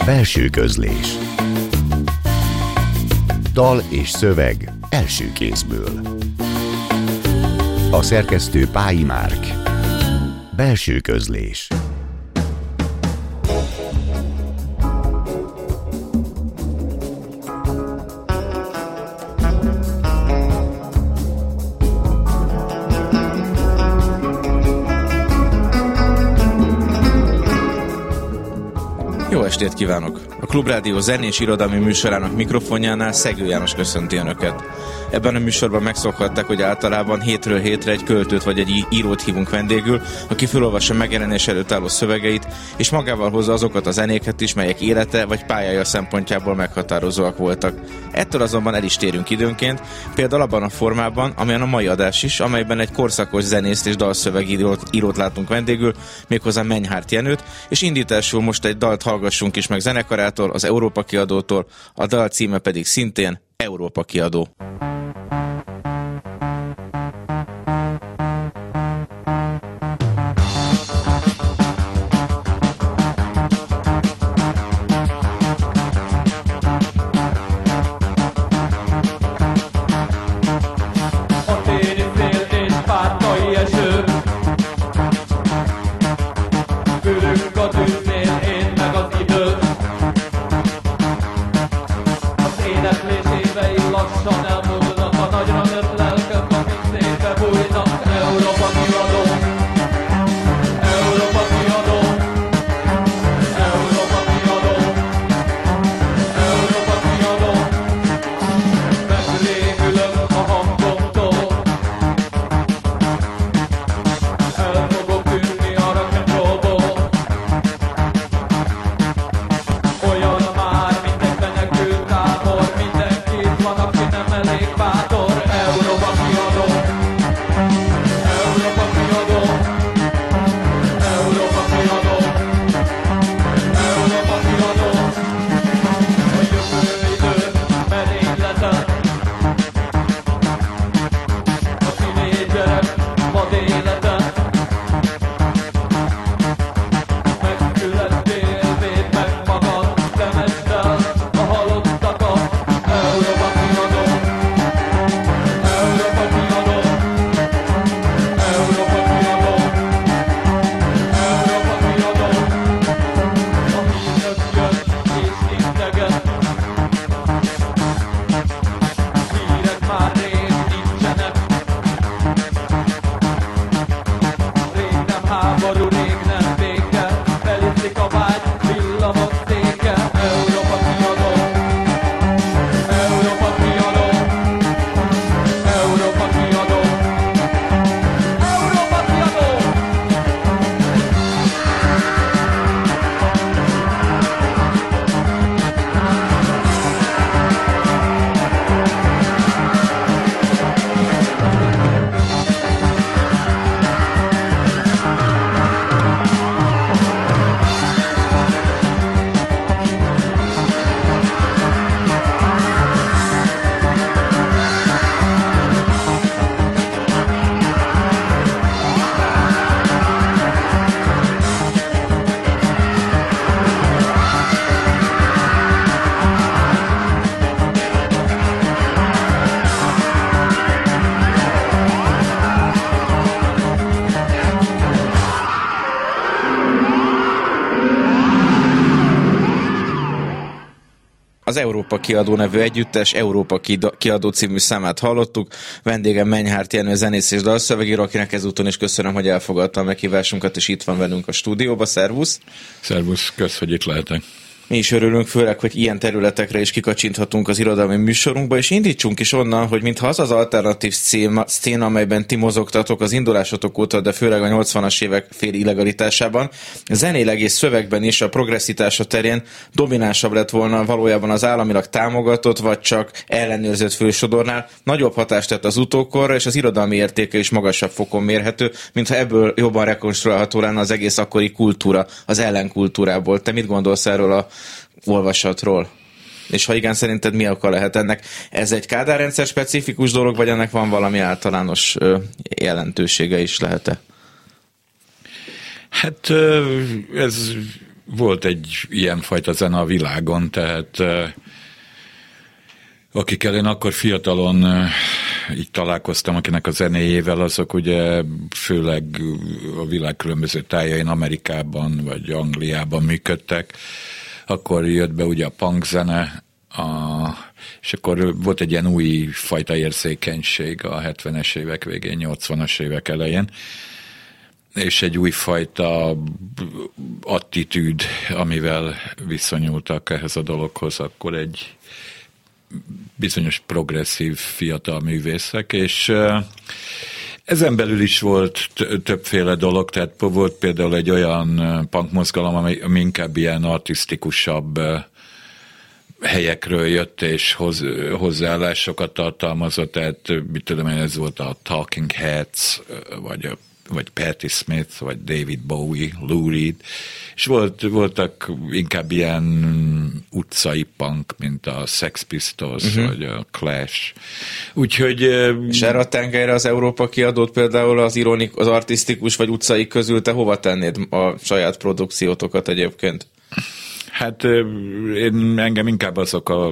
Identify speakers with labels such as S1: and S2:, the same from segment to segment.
S1: Belső közlés. Dal és szöveg első kézből. A szerkesztő Pályi Márk. Belső közlés.
S2: Jó estét kívánok! A Klubrádió zenés irodalmi műsorának mikrofonjánál Szegő János köszönti Önöket. Ebben a műsorban megszokhatták, hogy általában hétről hétre egy költőt vagy egy írót hívunk vendégül, aki felolvassa megjelenés előtt álló szövegeit, és magával hozza azokat a zenéket is, melyek élete vagy pályája szempontjából meghatározóak voltak. Ettől azonban el is térünk időnként, például abban a formában, amilyen a mai adás is, amelyben egy korszakos zenészt és dalszövegírót látunk vendégül, méghozzá Menyhárt Jenőt, és indításul most egy dalt hallgassunk is meg zenekarától, az Európa Kiadótól, a dal címe pedig szintén Európa Kiadó. Az Európa Kiadó nevű együttes Európa Kiadó című számát hallottuk. Vendégem Menyhárt Jenő, zenész és dalszövegíró, akinek ezúton is köszönöm, hogy elfogadta a meghívásunkat, és itt van velünk a stúdióba. Szervusz!
S3: Szervusz, kösz, hogy itt lehetek.
S2: Mi is örülünk, főleg, hogy ilyen területekre is kikacsinthatunk az irodalmi műsorunkba, és indítsunk is onnan, hogy mintha az alternatív szcéna, amelyben ti mozogtatok az indulásotok óta, de főleg a 80-as évek féli illegalitásában, zenéleg és szövegben is a progresszitása terén dominánsabb lett volna valójában az államilag támogatott, vagy csak ellenőrzött fősodornál. Nagyobb hatást tett az utókorra, és az irodalmi értéke is magasabb fokon mérhető, mintha ebből jobban rekonstruálható lenne az egész akkori kultúra, az ellenkultúrából. Te mit gondolsz erről a olvasatról? És ha igen, szerinted mi oka lehet ennek? Ez egy Kádár-rendszer specifikus dolog, vagy ennek van valami általános jelentősége is lehet-e?
S3: Hát ez volt egy ilyenfajta zene a világon, tehát akikkel én akkor fiatalon így találkoztam, akinek a zenéjével, azok ugye főleg a világ különböző tájain, Amerikában vagy Angliában működtek. Akkor jött be ugye a punk zene, és akkor volt egy ilyen új fajta érzékenység a 70-es évek végén, 80-as évek elején, és egy újfajta attitűd, amivel viszonyultak ehhez a dologhoz, akkor egy bizonyos progresszív fiatal művészek, és ezen belül is volt többféle dolog, tehát volt például egy olyan punk mozgalom, ami inkább ilyen artisztikusabb helyekről jött, és hozzáállásokat tartalmazott, tehát mit tudom én, ez volt a Talking Heads, vagy Patti Smith, vagy David Bowie, Lou Reed, és voltak inkább ilyen utcai punk, mint a Sex Pistols, vagy a Clash. Úgyhogy...
S2: És erre a tengelyre az Európa Kiadót például az artisztikus vagy utcai közül te hova tennéd a saját produkciótokat egyébként?
S3: Hát engem inkább azok a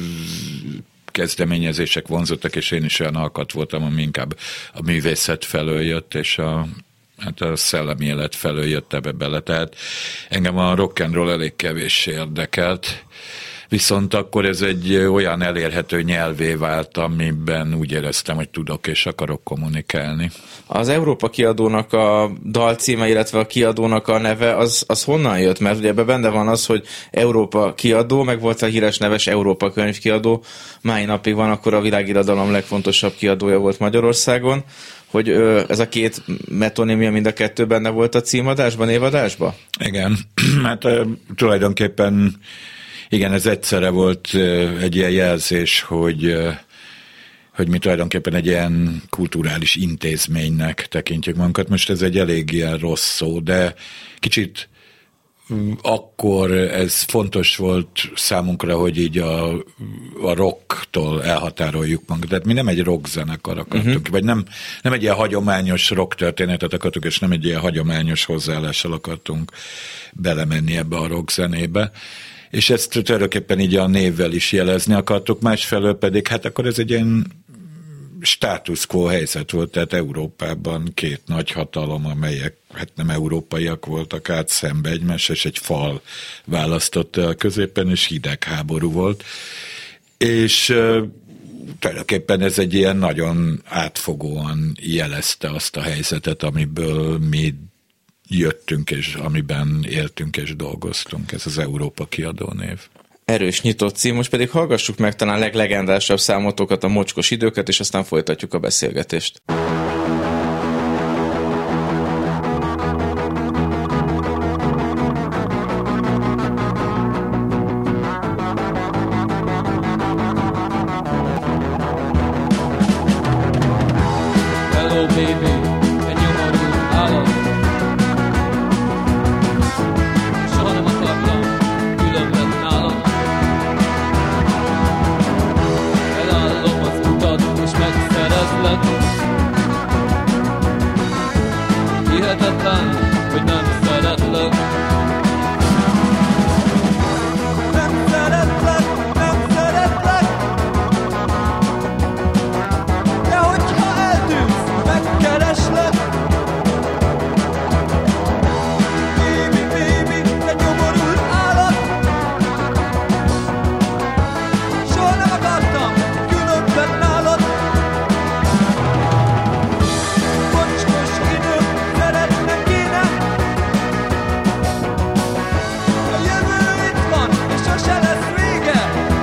S3: kezdeményezések vonzottak, és én is olyan alkat voltam, ami inkább a művészet felől jött, és a szellemi élet felől jött ebbe bele. Tehát engem a rock and roll elég kevés érdekelt, viszont akkor ez egy olyan elérhető nyelvé vált, amiben úgy éreztem, hogy tudok és akarok kommunikálni.
S2: Az Európa Kiadónak a dalcíme, illetve a kiadónak a neve, az honnan jött? Mert ugye ebben benne van az, hogy Európa Kiadó, meg volt a híres neves Európa Könyvkiadó, mai napig van, akkor a világirodalom legfontosabb kiadója volt Magyarországon, hogy ez a két metonímia, mind a kettő benne volt a címadásban, névadásban?
S3: Igen, hát tulajdonképpen igen, ez egyszerre volt egy ilyen jelzés, hogy mi tulajdonképpen egy ilyen kulturális intézménynek tekintjük magunkat. Most ez egy elég ilyen rossz szó, de kicsit akkor ez fontos volt számunkra, hogy így a rocktól elhatároljuk magunkat. Tehát mi nem egy rockzenekar akartunk, vagy nem egy ilyen hagyományos rock történetet akartunk, és nem egy ilyen hagyományos hozzáállással akartunk belemenni ebbe a rockzenébe. És ezt tulajdonképpen így a névvel is jelezni akartuk, másfelől pedig, hát akkor ez egy ilyen status quo helyzet volt, tehát Európában két nagy hatalom, amelyek hát nem európaiak voltak át szembe egymás, és egy fal választotta a középen, és hidegháború volt. És tulajdonképpen ez egy ilyen nagyon átfogóan jelezte azt a helyzetet, amiből mi jöttünk, és amiben éltünk és dolgoztunk. Ez az Európa Kiadó név.
S2: Erős nyitott cím, most pedig hallgassuk meg talán leglegendásabb számotokat, a Mocskos időket, és aztán folytatjuk a beszélgetést.
S4: Hello baby, egy nyomorú állat. Soha nem akartam különbet nálad. Elállom az utat és megszerezlek. Hihetetlen, hogy nem szeretlek. Nem szeretlek, nem szeretlek. De hogyha eltűnsz, megkereslek. Baby, baby, te nyomorult állat. Soha nem akartam különben nálad. Mocskos idők szeretnek kéne. A jövő itt van, és sose lesz vége.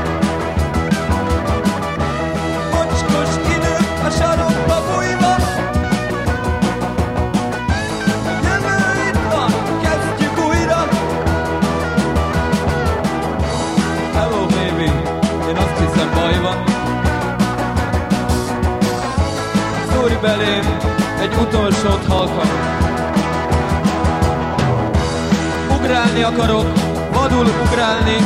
S4: Mocskos idők a sarokba bújva. Jövő itt van, kezdjük újra. Hello baby, én azt hiszem baj van. Szúrj belém egy utolsót halkan. Ugrálni akarok, vadul ugrálni.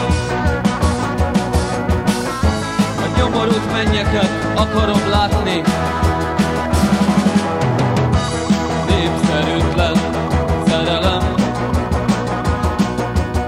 S4: A nyomorult mennyeket akarom látni. Népszerűtlen szerelem.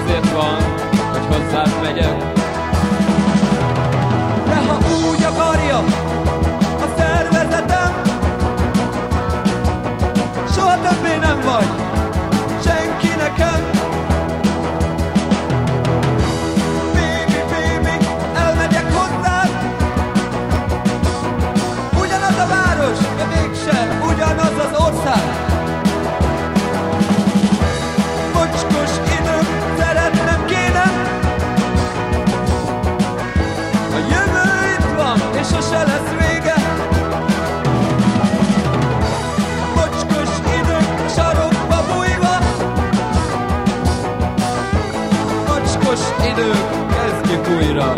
S4: azért van, hogy hozzád megyek. De ha úgy akarja a szervezetem, soha többé nem vagy senki nekem. Baby, baby, elmegyek hozzád. Ugyanaz a város, de mégsem ugyanaz az ország. Mocskos időm, szeretnem kéne. A jövő itt van, és sose lesz vége. Mocskos időm, sarokba bújva. Mocskos időm, kezdjük újra.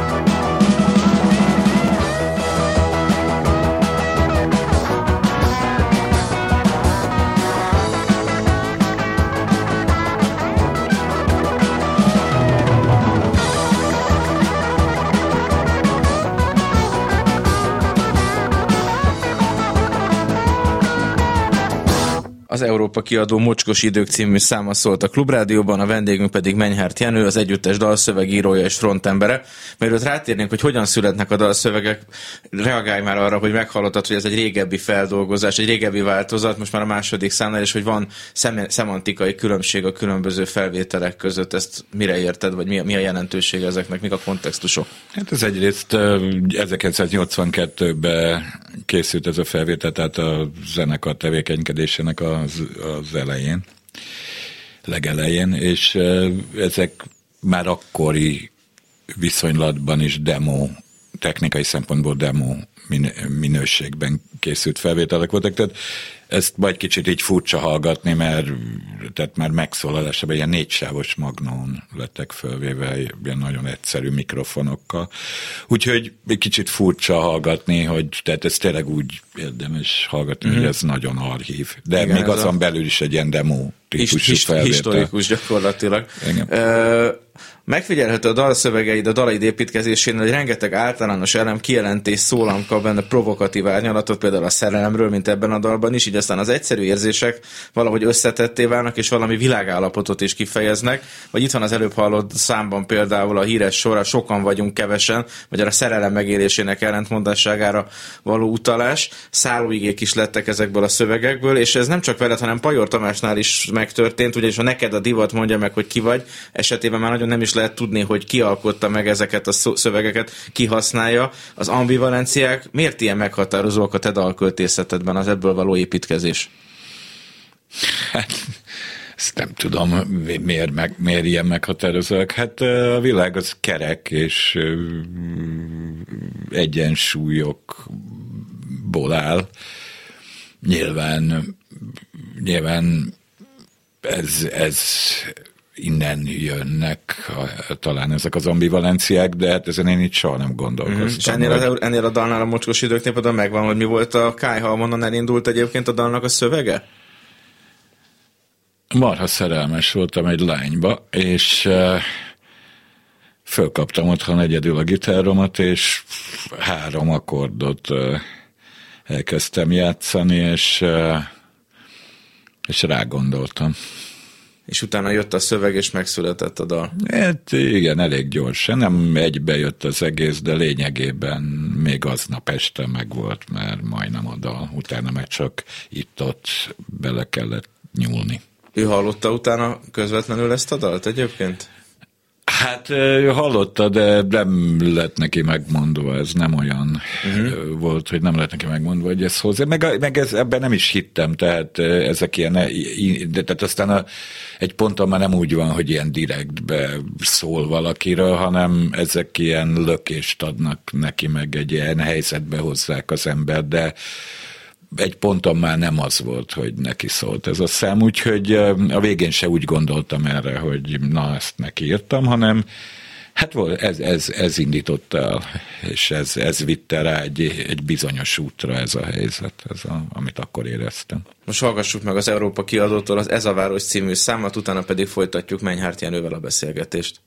S2: Az Európa kiadó Mocskos idők című száma szólt a Klubrádióban, a vendégünk pedig Menyhárt Jenő, az együttes dalszövegírója és frontembere. Mielőtt rátérnénk, hogy hogyan születnek a dalszövegek, reagálj már arra, hogy meghallottad, hogy ez egy régebbi feldolgozás, egy régebbi változat, most már a második számnál, és hogy van szemantikai különbség a különböző felvételek között. Ezt mire érted, vagy mi a jelentőség ezeknek, mik a kontextusok?
S3: Hát ez egyrészt 1982-ben készült ez a felvétel, tehát a zenekar tevékenykedésének az elején, legelején, és ezek már akkori viszonylatban is demo, technikai szempontból demo minőségben készült felvételek voltak, tehát ezt majd kicsit így furcsa hallgatni, mert tehát már megszólalásában ilyen 4 sávos magnón lettek fölvéve, ilyen nagyon egyszerű mikrofonokkal. Úgyhogy egy kicsit furcsa hallgatni, hogy tehát ez tényleg úgy érdemes hallgatni, hogy ez nagyon archív. De igen, még azon belül is egy ilyen demo típusú felvétel.
S2: Historikus gyakorlatilag. Megfigyelhető a dalszövegeid, a dalaid építkezésénél, hogy rengeteg általános elem, kijelentés, szólam kap benne provokatív árnyalatot, például a szerelemről, mint ebben a dalban is, így aztán az egyszerű érzések valahogy összetetté válnak, és valami világállapotot is kifejeznek. Vagy itt van az előbb hallott számban például a híres sor, sokan vagyunk kevesen, vagy a szerelem megélésének ellentmondásságára való utalás. Szállóigék is lettek ezekből a szövegekből, és ez nem csak veled, hanem Pajor Tamásnál is megtörtént, ugyanis ha neked a divat mondja meg, hogy ki vagy, esetében már nagyon nem is lehet tudni, hogy ki alkotta meg ezeket a szövegeket, ki használja. Az ambivalenciák miért ilyen meghatározóak a te dalköltészetedben, az ebből való építkezés?
S3: Hát, ezt nem tudom, miért ilyen meghatározóak. Hát a világ az kerek, és egyensúlyokból áll. Nyilván ez innen jönnek talán ezek az ambivalenciák, de hát ezen én itt soha nem gondolkoztam.
S2: És ennél a dalnál, a Mocskos időknél például megvan, hogy mi volt a Kályha, onnan elindult egyébként a dalnak a szövege?
S3: Marha szerelmes voltam egy lányba, és fölkaptam otthon egyedül a gitáromat, és 3 akkordot elkezdtem játszani, és rágondoltam.
S2: És utána jött a szöveg, és megszületett a dal.
S3: Hát igen, elég gyorsan. Nem egybe jött az egész, de lényegében még aznap este megvolt már majdnem a dal. Utána meg csak itt-ott bele kellett nyúlni.
S2: Ő hallotta utána közvetlenül ezt a dalt egyébként?
S3: Hát hallotta, de nem lett neki megmondva, ez nem olyan volt, hogy nem lett neki megmondva, hogy ez hozzá. Meg ebben nem is hittem, tehát ezek ilyen, tehát aztán egy ponton már nem úgy van, hogy ilyen direktbe szól valakiről, hanem ezek ilyen lökést adnak neki, meg egy ilyen helyzetbe hozzák az ember, de egy ponton már nem az volt, hogy neki szólt ez a szám, úgyhogy a végén se úgy gondoltam erre, hogy na, ezt neki írtam, hanem hát ez indította el, és ez vitte rá egy bizonyos útra ez a helyzet, amit akkor éreztem.
S2: Most hallgassuk meg az Európa kiadótól az Ez a város című számot, utána pedig folytatjuk Menyhárt Jenővel a beszélgetést.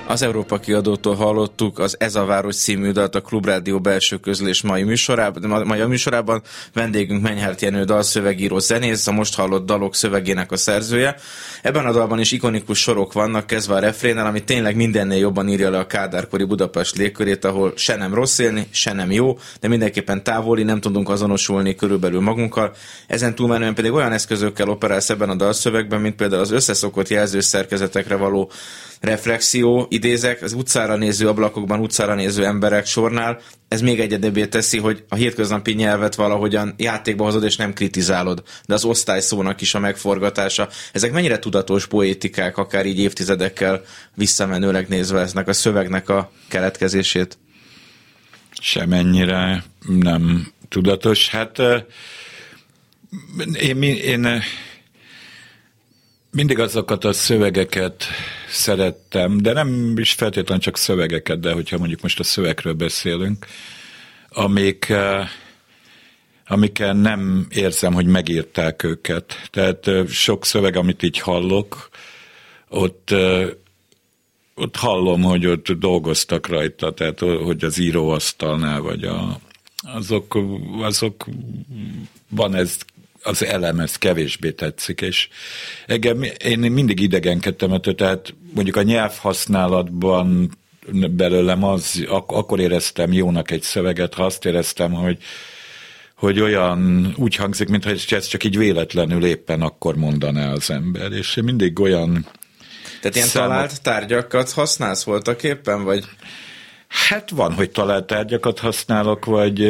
S2: Az Európa Kiadótól hallottuk az Ez a Város című dalt a Klubrádió belső közlés mai műsorában. Vendégünk Menyhárt Jenő dalszövegíró, zenész, a most hallott dalok szövegének a szerzője. Ebben a dalban is ikonikus sorok vannak, kezdve a refrénnel, ami tényleg mindennél jobban írja le a kádárkori Budapest légkörét, ahol se nem rossz élni, se nem jó, de mindenképpen távoli, nem tudunk azonosulni körülbelül magunkkal. Ezen túlmenően pedig olyan eszközökkel operálsz ebben a dalszövegben, mint például az összeszokott jelzőszerkezetekre való reflexió, idézek, az utcára néző ablakokban utcára néző emberek sornál, ez még egyedebbé teszi, hogy a hétköznapi nyelvet valahogyan játékba hozod, és nem kritizálod, de az osztályszónak is a megforgatása. Ezek mennyire tudatos poétikák, akár így évtizedekkel visszamenőleg nézve eznek a szövegnek a keletkezését?
S3: Semennyire nem tudatos. Hát én mindig azokat a szövegeket szerettem, de nem is feltétlenül csak szövegeket, de hogyha mondjuk most a szövegről beszélünk, amiken nem érzem, hogy megírták őket. Tehát sok szöveg, amit így hallok, ott hallom, hogy ott dolgoztak rajta, tehát hogy az íróasztalnál, vagy azokban ez az elem, ez kevésbé tetszik, és én mindig idegenkedtem, tehát mondjuk a nyelvhasználatban belőlem akkor éreztem jónak egy szöveget, ha azt éreztem, hogy olyan úgy hangzik, mintha ez csak így véletlenül éppen akkor mondaná az ember, és én mindig olyan...
S2: Tehát ilyen talált tárgyakat használsz voltaképpen, vagy...
S3: Hát van, hogy talált tárgyakat használok,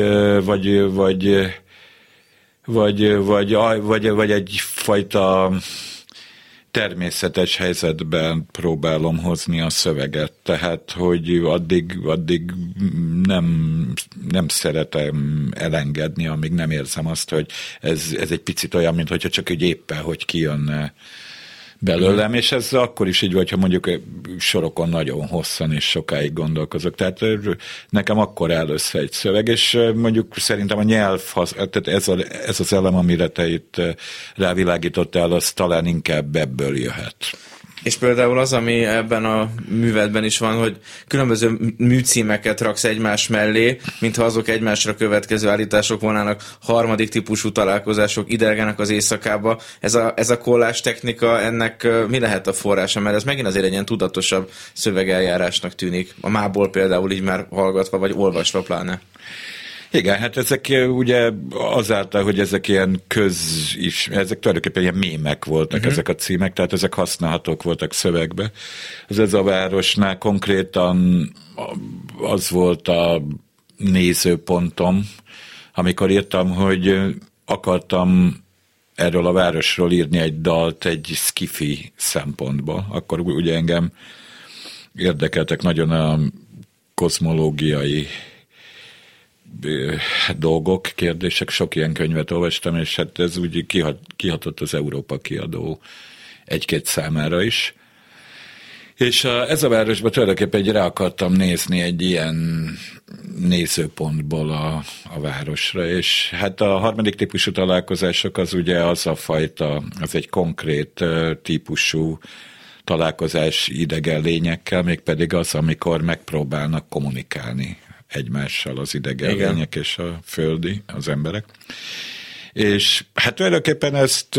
S3: vagy egyfajta természetes helyzetben próbálom hozni a szöveget. Tehát, hogy addig nem szeretem elengedni, amíg nem érzem azt, hogy ez egy picit olyan, mintha csak úgy éppen, hogy kijönne belőlem, és ez akkor is így vagy, ha mondjuk sorokon nagyon hosszan és sokáig gondolkozok. Tehát nekem akkor áll össze egy szöveg, és mondjuk szerintem a nyelv, tehát ez az elem, amire te itt rávilágítottál, az talán inkább ebből jöhet.
S2: És például az, ami ebben a művedben is van, hogy különböző műcímeket raksz egymás mellé, mintha azok egymásra következő állítások volnának, harmadik típusú találkozások, Idelgenek az éjszakába. Ez a kollás technika, ennek mi lehet a forrása? Mert ez megint azért egy ilyen tudatosabb szövegeljárásnak tűnik. A mából például így már hallgatva, vagy olvasva pláne.
S3: Igen, hát ezek ugye azáltal, hogy ezek ilyen ezek tulajdonképpen ilyen mémek voltak, ezek a címek, tehát ezek használhatók voltak szövegbe. Ez a városnál konkrétan az volt a nézőpontom, amikor írtam, hogy akartam erről a városról írni egy dalt egy skifi szempontból. Akkor ugye engem érdekeltek nagyon a kozmológiai dolgok, kérdések, sok ilyen könyvet olvastam, és hát ez úgy kihatott az Európa Kiadó egy-két számára is. És ez a városban tulajdonképpen rá akartam nézni egy ilyen nézőpontból a városra, és hát a harmadik típusú találkozások az ugye az a fajta, az egy konkrét típusú találkozás idegen lényekkel, mégpedig az, amikor megpróbálnak kommunikálni egymással az idegen lények és a földi, az emberek. És hát tulajdonképpen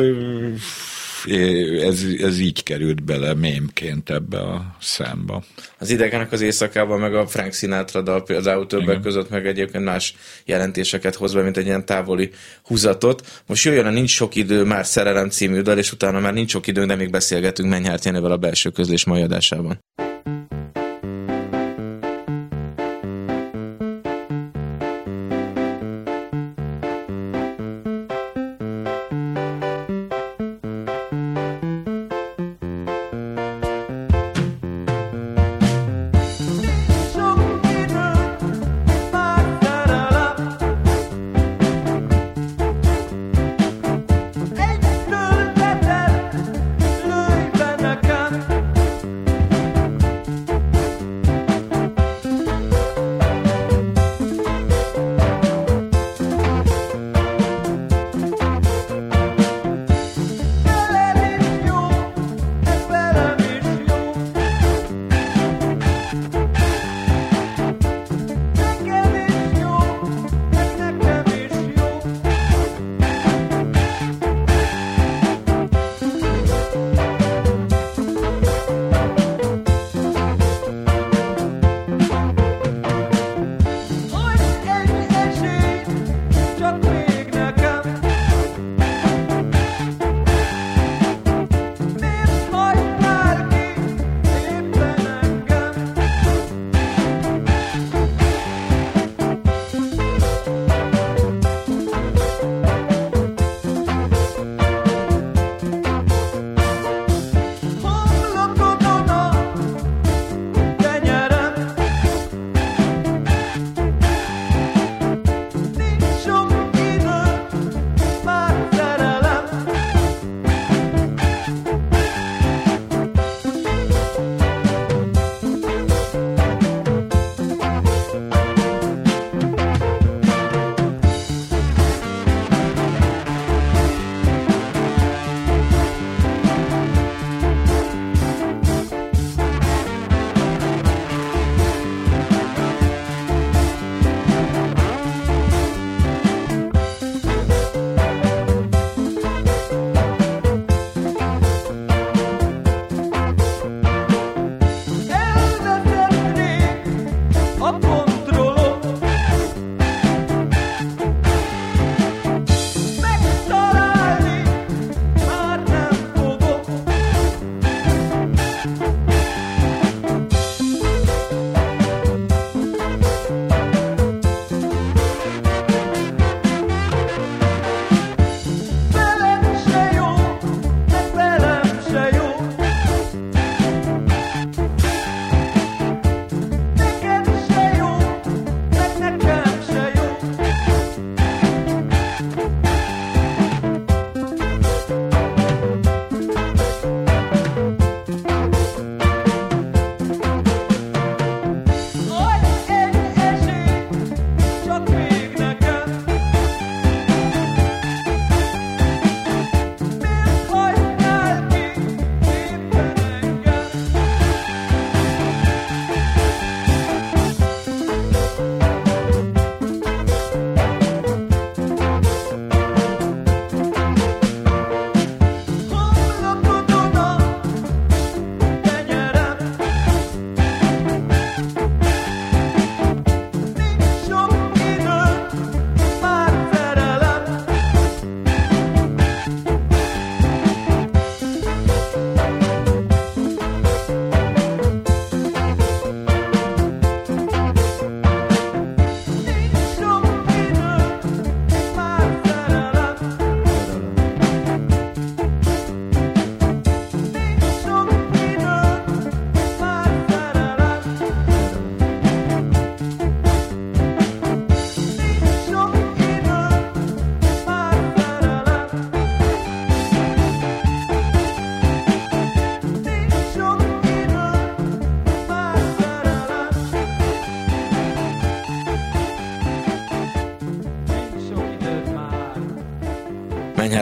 S3: ez így került bele mémként ebbe a számba.
S2: Az Idegenek az éjszakában, meg a Frank Sinatra dal például többek között, meg egyébként más jelentéseket hoz be, mint egy ilyen távoli húzatot. Most jöjjön a Nincs sok idő, már szerelem című dal, és utána már nincs sok idő, de még beszélgetünk Menyhárt Jenővel a belső közlés mai adásában.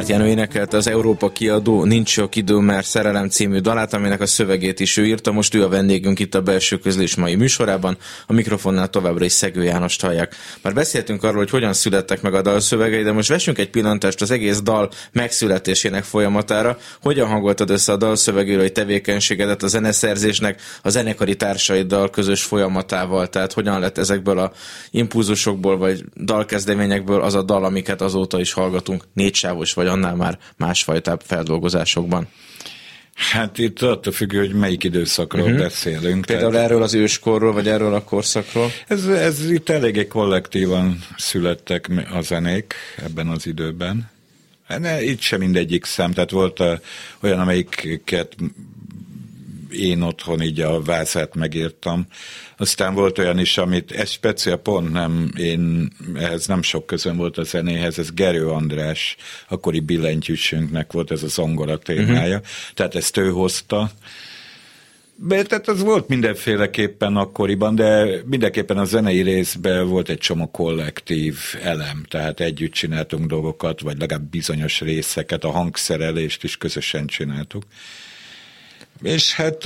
S2: Szilárd Jenő énekelte az Európa kiadó Nincs sok idő, mert szerelem című dalát, aminek a szövegét is ő írta. Most ő a vendégünk itt a Belső Közlés mai műsorában. A mikrofonnál továbbra is Szegő Jánost hallják. Már beszéltünk arról, hogy hogyan születtek meg a dalszövegei, de most vessünk egy pillantást az egész dal megszületésének folyamatára. Hogyan hangoltad össze a dalszövegírói tevékenységedet a zeneszerzésnek, a zenekari társaiddal közös folyamatával? Tehát hogyan lett ezekből a impulzusokból vagy dalkezdeményekből az a dal, amiket azóta is hallgatunk, négysávos vagy annál már másfajtább feldolgozásokban?
S3: Hát itt attól függ, hogy melyik időszakról beszélünk.
S2: Például tehát erről az őskorról, vagy erről a korszakról?
S3: Ez itt eléggé kollektívan születtek a zenék ebben az időben. Itt sem mindegyik szám, tehát volt olyan, amelyiket én otthon így a vázát megírtam. Aztán volt olyan is, amit ez speciál pont nem, ehhez nem sok közön volt a zenéhez, ez Gerő András, akkori billentyűsünknek volt ez a zongora témája, tehát ezt ő hozta. Tehát az volt mindenféleképpen akkoriban, de mindenképpen a zenei részben volt egy csomó kollektív elem, tehát együtt csináltunk dolgokat, vagy legalább bizonyos részeket, a hangszerelést is közösen csináltuk. És hát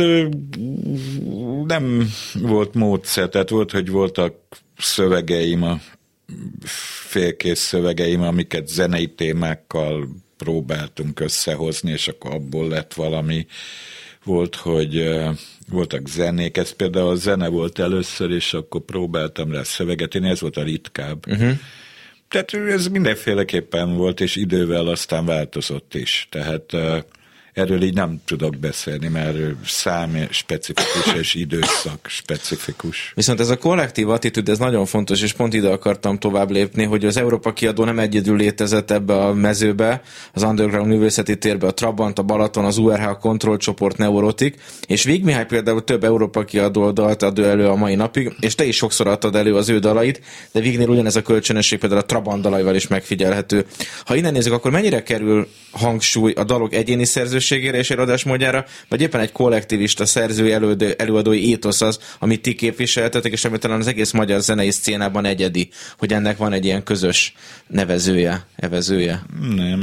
S3: nem volt módszer, tehát volt, hogy voltak szövegeim, a félkész szövegeim, amiket zenei témákkal próbáltunk összehozni, és akkor abból lett valami. Volt, hogy voltak zenék, ez például a zene volt először, és akkor próbáltam rá szöveget írni, ez volt a ritkább. Tehát ez mindenféleképpen volt, és idővel aztán változott is. Tehát erről így nem tudok beszélni, mert szám specifikus és időszak specifikus.
S2: Viszont ez a kollektív attitűd, ez nagyon fontos, és pont ide akartam tovább lépni, hogy az Európa kiadó nem egyedül létezett ebbe a mezőbe, az underground művészeti térbe, a Trabant, a Balaton, az URH, a kontrollcsoport, Neurotik, és Vig Mihály például több Európa kiadó dalt ad elő a mai napig, és te is sokszor adtad elő az ő dalait, de Vignél ugyanez a kölcsönösség például a Trabant dalaival is megfigyelhető. Ha innen nézzük, akkor mennyire kerül hangsúly a dalok egyéni szerzőségére és eladásmódjára, vagy éppen egy kollektivista szerzői előadói étosz az, amit ti képviseltetek, és amit talán az egész magyar zenei szcénában egyedi, hogy ennek van egy ilyen közös nevezője, evezője?
S3: Nem,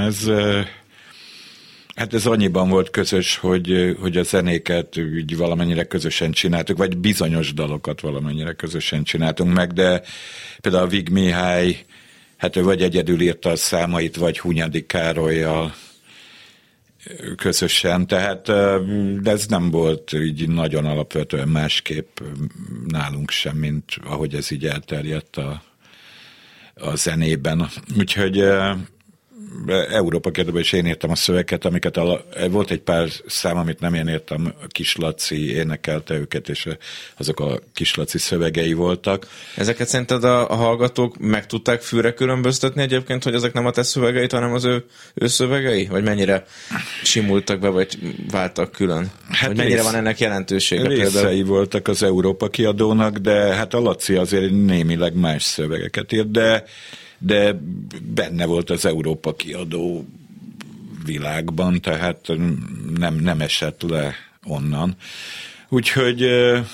S3: ez annyiban volt közös, hogy a zenéket úgy valamennyire közösen csináltuk, vagy bizonyos dalokat valamennyire közösen csináltunk meg, de például a Vig Mihály, hát ő vagy egyedül írta a számait, vagy Hunyadi Károllyal közösen, tehát de ez nem volt így nagyon alapvetően másképp nálunk sem, mint ahogy ez így elterjedt a zenében. Úgyhogy Európa kiadóban is én írtam a szöveket, amiket volt egy pár szám, amit nem én írtam, Kis Laci énekelte őket, és azok a Kis Laci szövegei voltak.
S2: Ezeket szerinted a hallgatók meg tudták fülre különböztetni egyébként, hogy ezek nem a te szövegeit, hanem az ő szövegei? Vagy mennyire simultak be, vagy váltak külön? Hát vagy mennyire van ennek jelentősége?
S3: Részei
S2: például?
S3: voltak az Európa kiadónak, de hát a Laci azért némileg más szövegeket írt, de benne volt az Európa kiadó világban, tehát nem esett le onnan. Úgyhogy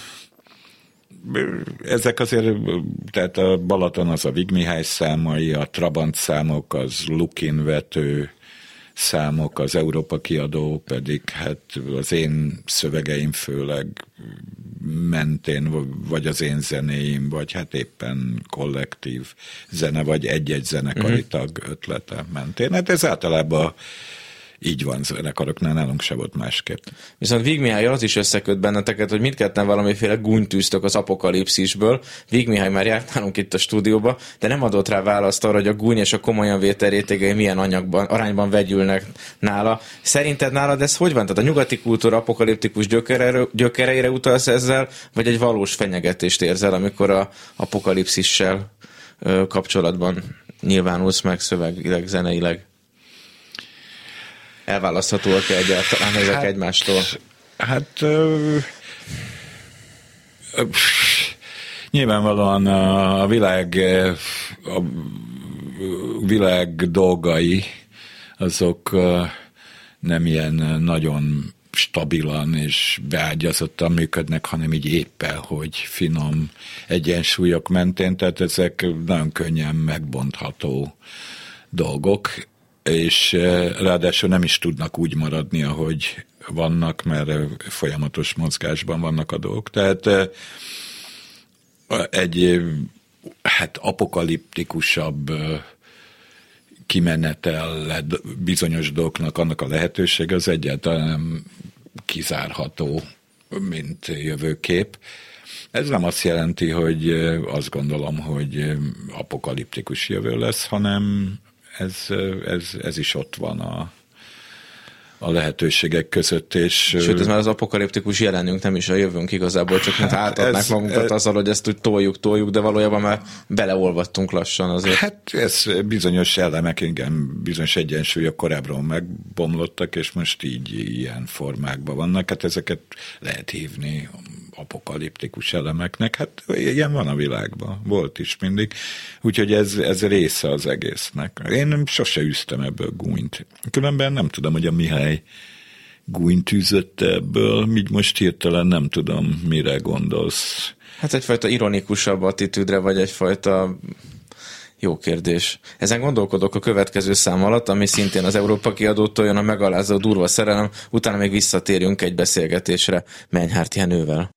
S3: ezek azért, tehát a Balaton az a Vig Mihály számai, a Trabant számok, az Lukin vető számok, az Európa kiadó pedig hát az én szövegeim főleg mentén, vagy az én zenéim, vagy hát éppen kollektív zene, vagy egy-egy zenekari tag ötlete mentén. Hát ez általában így van zenekaroknál, nálunk se volt másképp.
S2: Viszont Vig Mihály az is összeköt benneteket, hogy mindketten valamiféle gúnytűztök az apokalipszisből. Vig Mihály már járt nálunk itt a stúdióba, de nem adott rá választ arra, hogy a gúny és a komolyan vétel rétegei milyen arányban vegyülnek nála. Szerinted nálad ez hogy van? Tehát a nyugati kultúra apokaliptikus gyökereire utalsz ezzel, vagy egy valós fenyegetést érzel, amikor a apokalipszissel kapcsolatban nyilvánulsz meg szövegileg, zeneileg? Elválaszthatóak-e egyáltalán ezek egymástól?
S3: Hát nyilvánvalóan a világ dolgai azok nem ilyen nagyon stabilan és beágyazottan működnek, hanem így éppen, hogy finom egyensúlyok mentén, tehát ezek nagyon könnyen megbontható dolgok. és ráadásul nem is tudnak úgy maradni, ahogy vannak, mert folyamatos mozgásban vannak a dolgok. Tehát egy apokaliptikusabb kimenetel bizonyos dolgoknak annak a lehetőség az egyáltalán nem kizárható, mint jövőkép. Ez nem azt jelenti, hogy azt gondolom, hogy apokaliptikus jövő lesz, hanem ez is ott van a lehetőségek között.
S2: Sőt, ez már az apokaliptikus jelenünk, nem is a jövőnk igazából, csak mint átadnák magunkat azzal, hogy ezt úgy toljuk, de valójában már beleolvadtunk lassan azért.
S3: Hát ez bizonyos elemek, igen, bizonyos egyensúlyok korábban megbomlottak, és most így ilyen formákban vannak. Hát ezeket lehet hívni apokaliptikus elemeknek. Hát ilyen van a világban, volt is mindig. Úgyhogy ez része az egésznek. Én sose üztem ebből gúnyt. Különben nem tudom, hogy a Mihály gúnyt üzött ebből, így most hirtelen nem tudom, mire gondolsz.
S2: Hát egyfajta ironikusabb attitűdre, vagy egyfajta... Jó kérdés. Ezen gondolkodok a következő szám alatt, ami szintén az Európa Kiadótól jön, a Megalázó durva szerelem, utána még visszatérünk egy beszélgetésre Menyhárt Jenővel.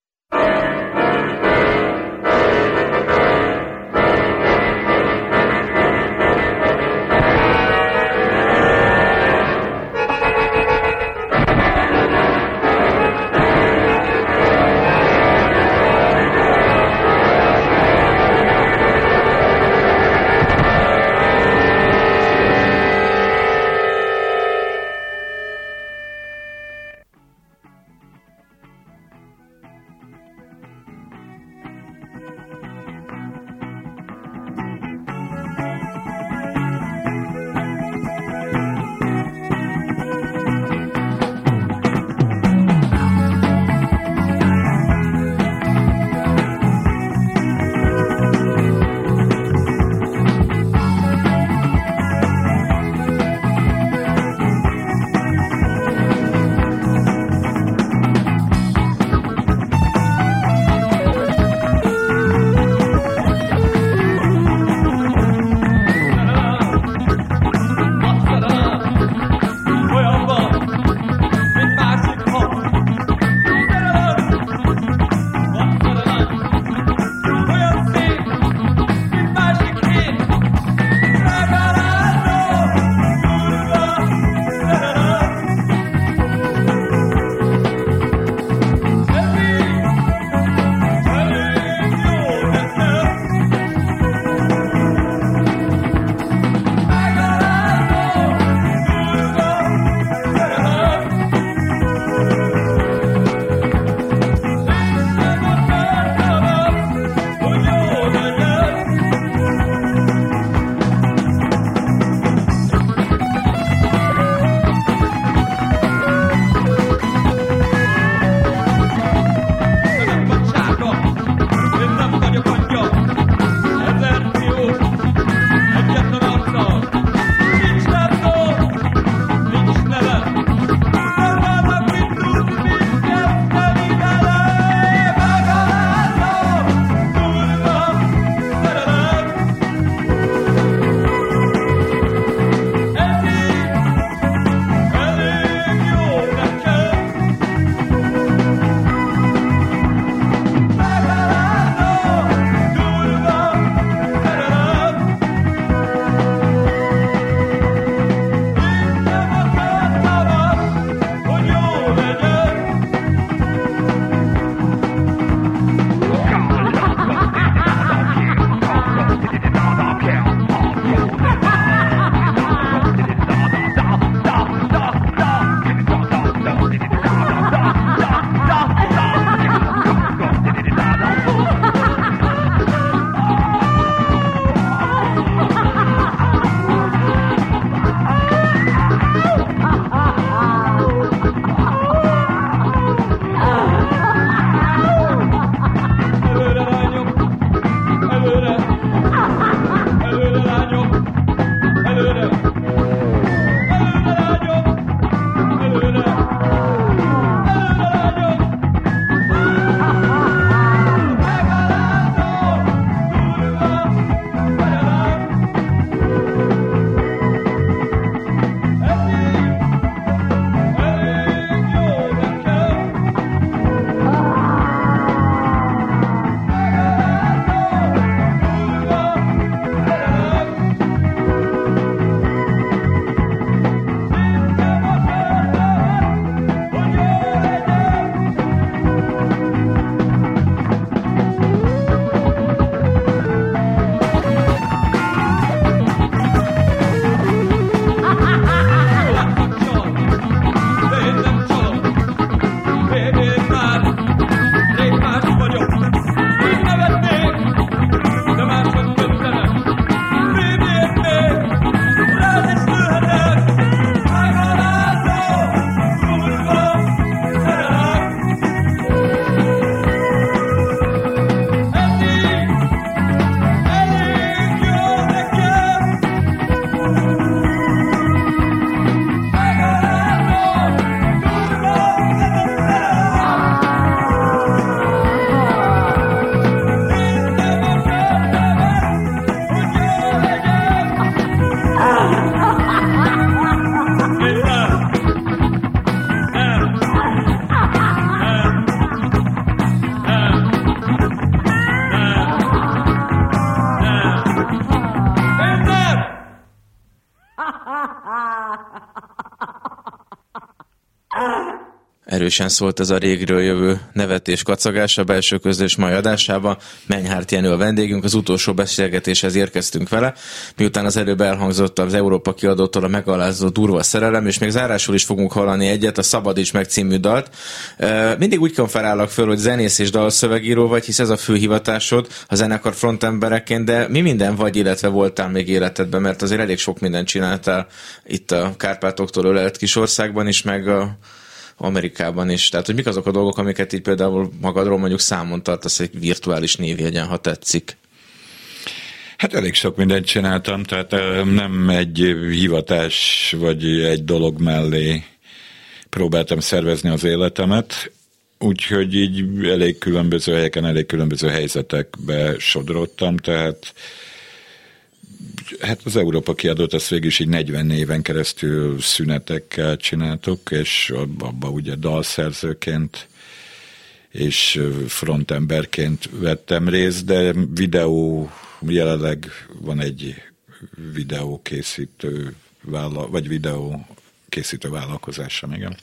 S2: Erősen szólt ez a régről jövő nevetés kacagás a Belső Közlés mai adásába. Menyhárt Jenő a vendégünk, az utolsó beszélgetéshez érkeztünk vele, miután az előbb elhangzott az Európa Kiadótól a megalázó Durva szerelem, és még zárásul is fogunk hallani egyet, a Szabadíts meg című dalt. Mindig úgy konferálok föl, hogy zenész és dalszövegíró vagy, hisz ez a fő hivatásod a zenekar frontembereként, de mi minden vagy, illetve voltál még életedben, mert azért elég sok mindent csináltál itt a Kárpátoktól ölelt kis országban is, meg a Amerikában is. Tehát, hogy mik azok a dolgok, amiket így például magadról mondjuk számon tartasz egy virtuális névjegyen, ha tetszik?
S3: Hát elég sok mindent csináltam, tehát nem egy hivatás vagy egy dolog mellé próbáltam szervezni az életemet, úgyhogy így elég különböző helyeken, elég különböző helyzetekbe sodródtam, tehát hát az Európa Kiadót azt végül is így 40 éven keresztül szünetekkel csináltuk, és abban ugye dalszerzőként és frontemberként vettem részt, de jelenleg van egy videókészítő vállalkozásom, igen.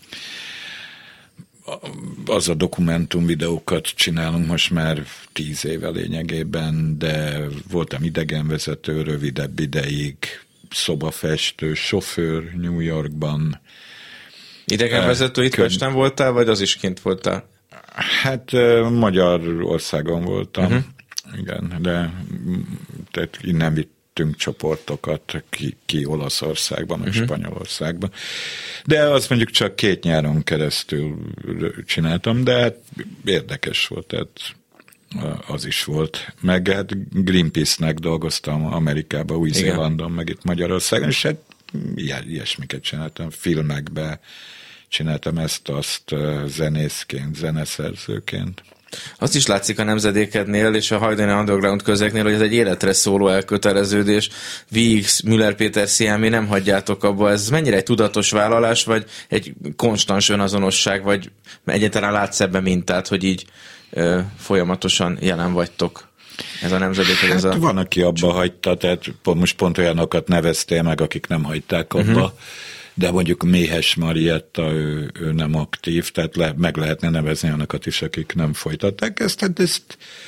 S3: Az a dokumentum videókat csinálunk most már 10 éve lényegében, de voltam idegenvezető rövidebb ideig, szobafestő, sofőr New Yorkban.
S2: Idegenvezető itt Pesten voltál, vagy az is kint voltál?
S3: Hát Magyarországon voltam, igen, de tehát innen vittünk csoportokat ki Olaszországban, és Spanyolországban. De azt mondjuk csak 2 nyáron keresztül csináltam, de hát érdekes volt, tehát az is volt. Meg hát Greenpeace-nek dolgoztam Amerikában, Új-Zélandon, meg itt Magyarországon, és hát ilyesmiket csináltam, filmekbe csináltam ezt-azt zenészként, zeneszerzőként.
S2: Azt is látszik a nemzedékednél és a hajdani underground közeknél, hogy ez egy életre szóló elköteleződés. VX, Müller Péter, Sziámi, nem hagyjátok abba. Ez mennyire egy tudatos vállalás, vagy egy konstans önazonosság, vagy egyáltalán látsz ebben mintát, hogy így folyamatosan jelen vagytok? Ez a nemzedék,
S3: hát van, aki abba hagyta, tehát most pont olyanokat neveztél meg, akik nem hagyták abba. De mondjuk Méhes Marietta, ő nem aktív, tehát meg lehetne nevezni olyanokat is, akik nem folytatták ezt. Tehát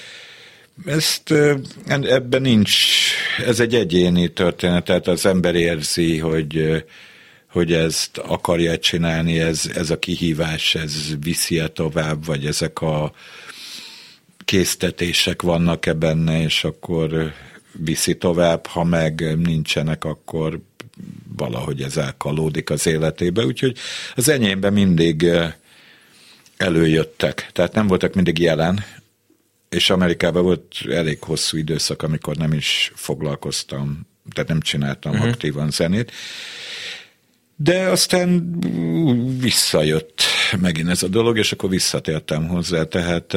S3: ebben nincs, ez egy egyéni történet, tehát az ember érzi, hogy ezt akarja csinálni, ez a kihívás, ez viszi-e tovább, vagy ezek a késztetések vannak-e benne, és akkor viszi tovább, ha meg nincsenek, akkor valahogy ez elkalódik az életébe, úgyhogy az enyémben mindig előjöttek, tehát nem voltak mindig jelen, és Amerikában volt elég hosszú időszak, amikor nem is foglalkoztam, tehát nem csináltam aktívan zenét, de aztán visszajött megint ez a dolog, és akkor visszatértem hozzá, tehát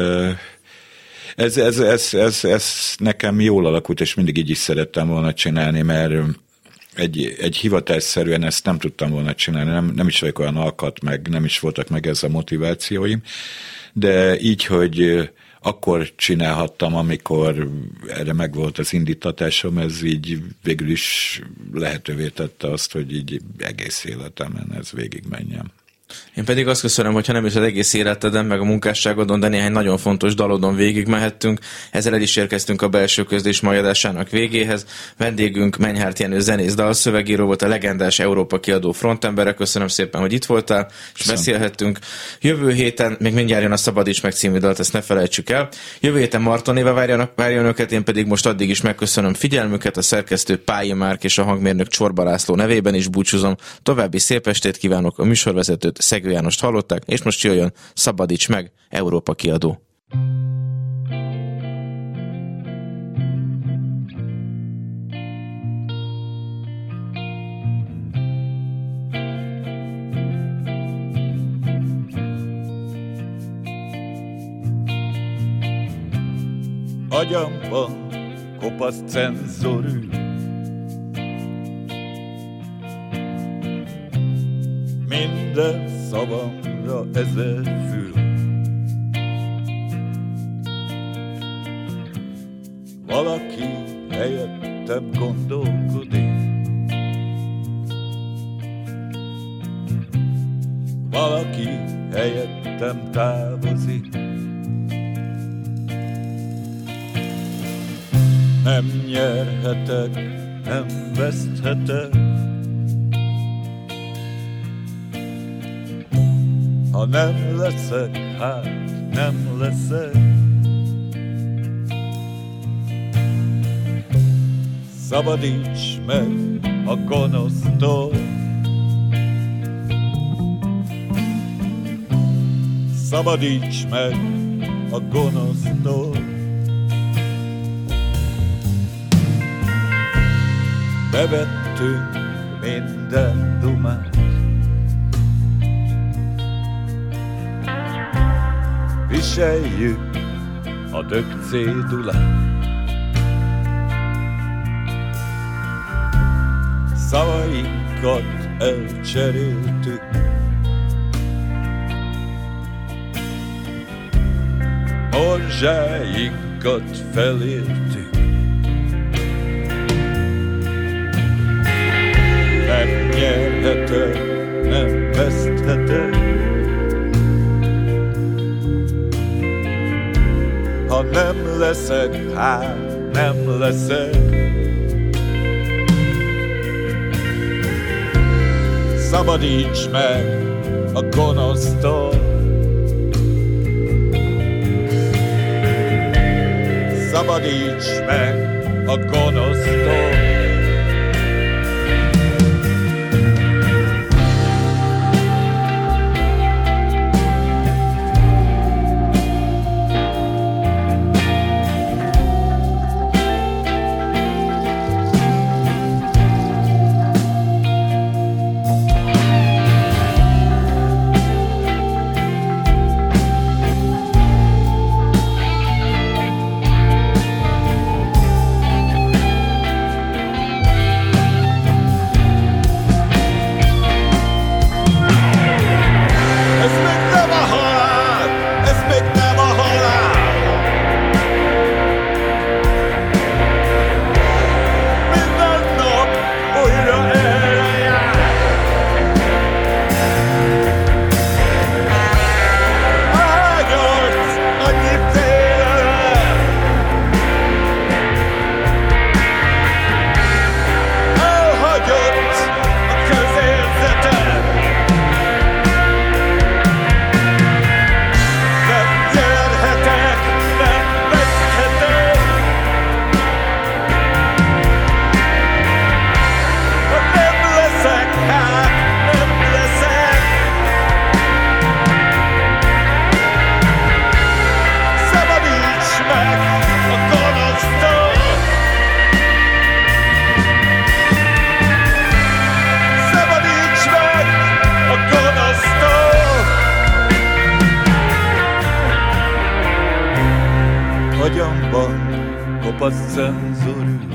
S3: ez nekem jól alakult, és mindig így is szerettem volna csinálni, mert egy hivatásszerűen ezt nem tudtam volna csinálni, nem is vagyok olyan alkat, meg nem is voltak meg ez a motivációim, de így, hogy akkor csinálhattam, amikor erre megvolt az indítatásom, ez így végül is lehetővé tette azt, hogy így egész életemen ez végigmenjen.
S2: Én pedig azt köszönöm, hogyha nem is az egész életeden, meg a munkásságodon, de néhány nagyon fontos dalodon végigmehettünk. Ezzel el is érkeztünk a Belső Közlés mai adásának végéhez. Vendégünk Menyhárt Jenő zenész, dalszövegíró volt, a legendás Európa Kiadó frontembere. Köszönöm szépen, hogy itt voltál, és beszélhettünk. Jövő héten, még mindjárt jön a Szabadíts meg című dalt, ezt ne felejtsük el. Jövő héten Martonéva várja önöket, én pedig most addig is megköszönöm figyelmüket, a szerkesztő Pályi Márk és a hangmérnök Csorba László nevében is búcsúzom. További szép estét kívánok, a műsorvezetőt Szegő Jánost hallották, és most jöjjön Szabadíts meg, Európa Kiadó.
S3: Agyamban kopasz cenzorű, minden szavamra 1000 fül. Valaki helyettem gondolkodik, valaki helyettem távozik. Nem nyerhetek, nem veszthetek, ha nem leszek, hát nem leszek. Szabadíts meg a gonosztól, szabadíts meg a gonosztól. Bevettünk minden dumát, viseljük a dögcédulát. Szavainkat elcseréltük, morzsáinkat felértük. Nem nyerhetek, nem veszthetek, ha nem leszek, hát nem leszek. Szabadíts meg a gonosztól, szabadíts meg a gonosztól. Agyamban kopasz cenzor ül,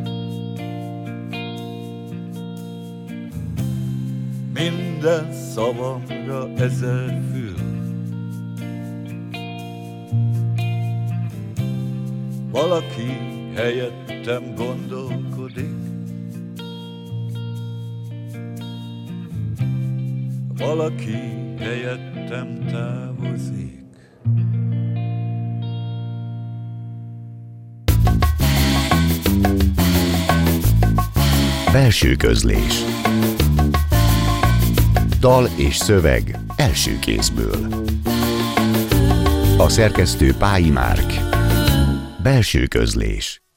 S3: minden szavamra 1000 fül. Valaki helyettem gondolkodik, valaki helyettem távozik.
S1: Belső közlés. Dal és szöveg első kézből. A szerkesztő Pályi Márk. Belső közlés.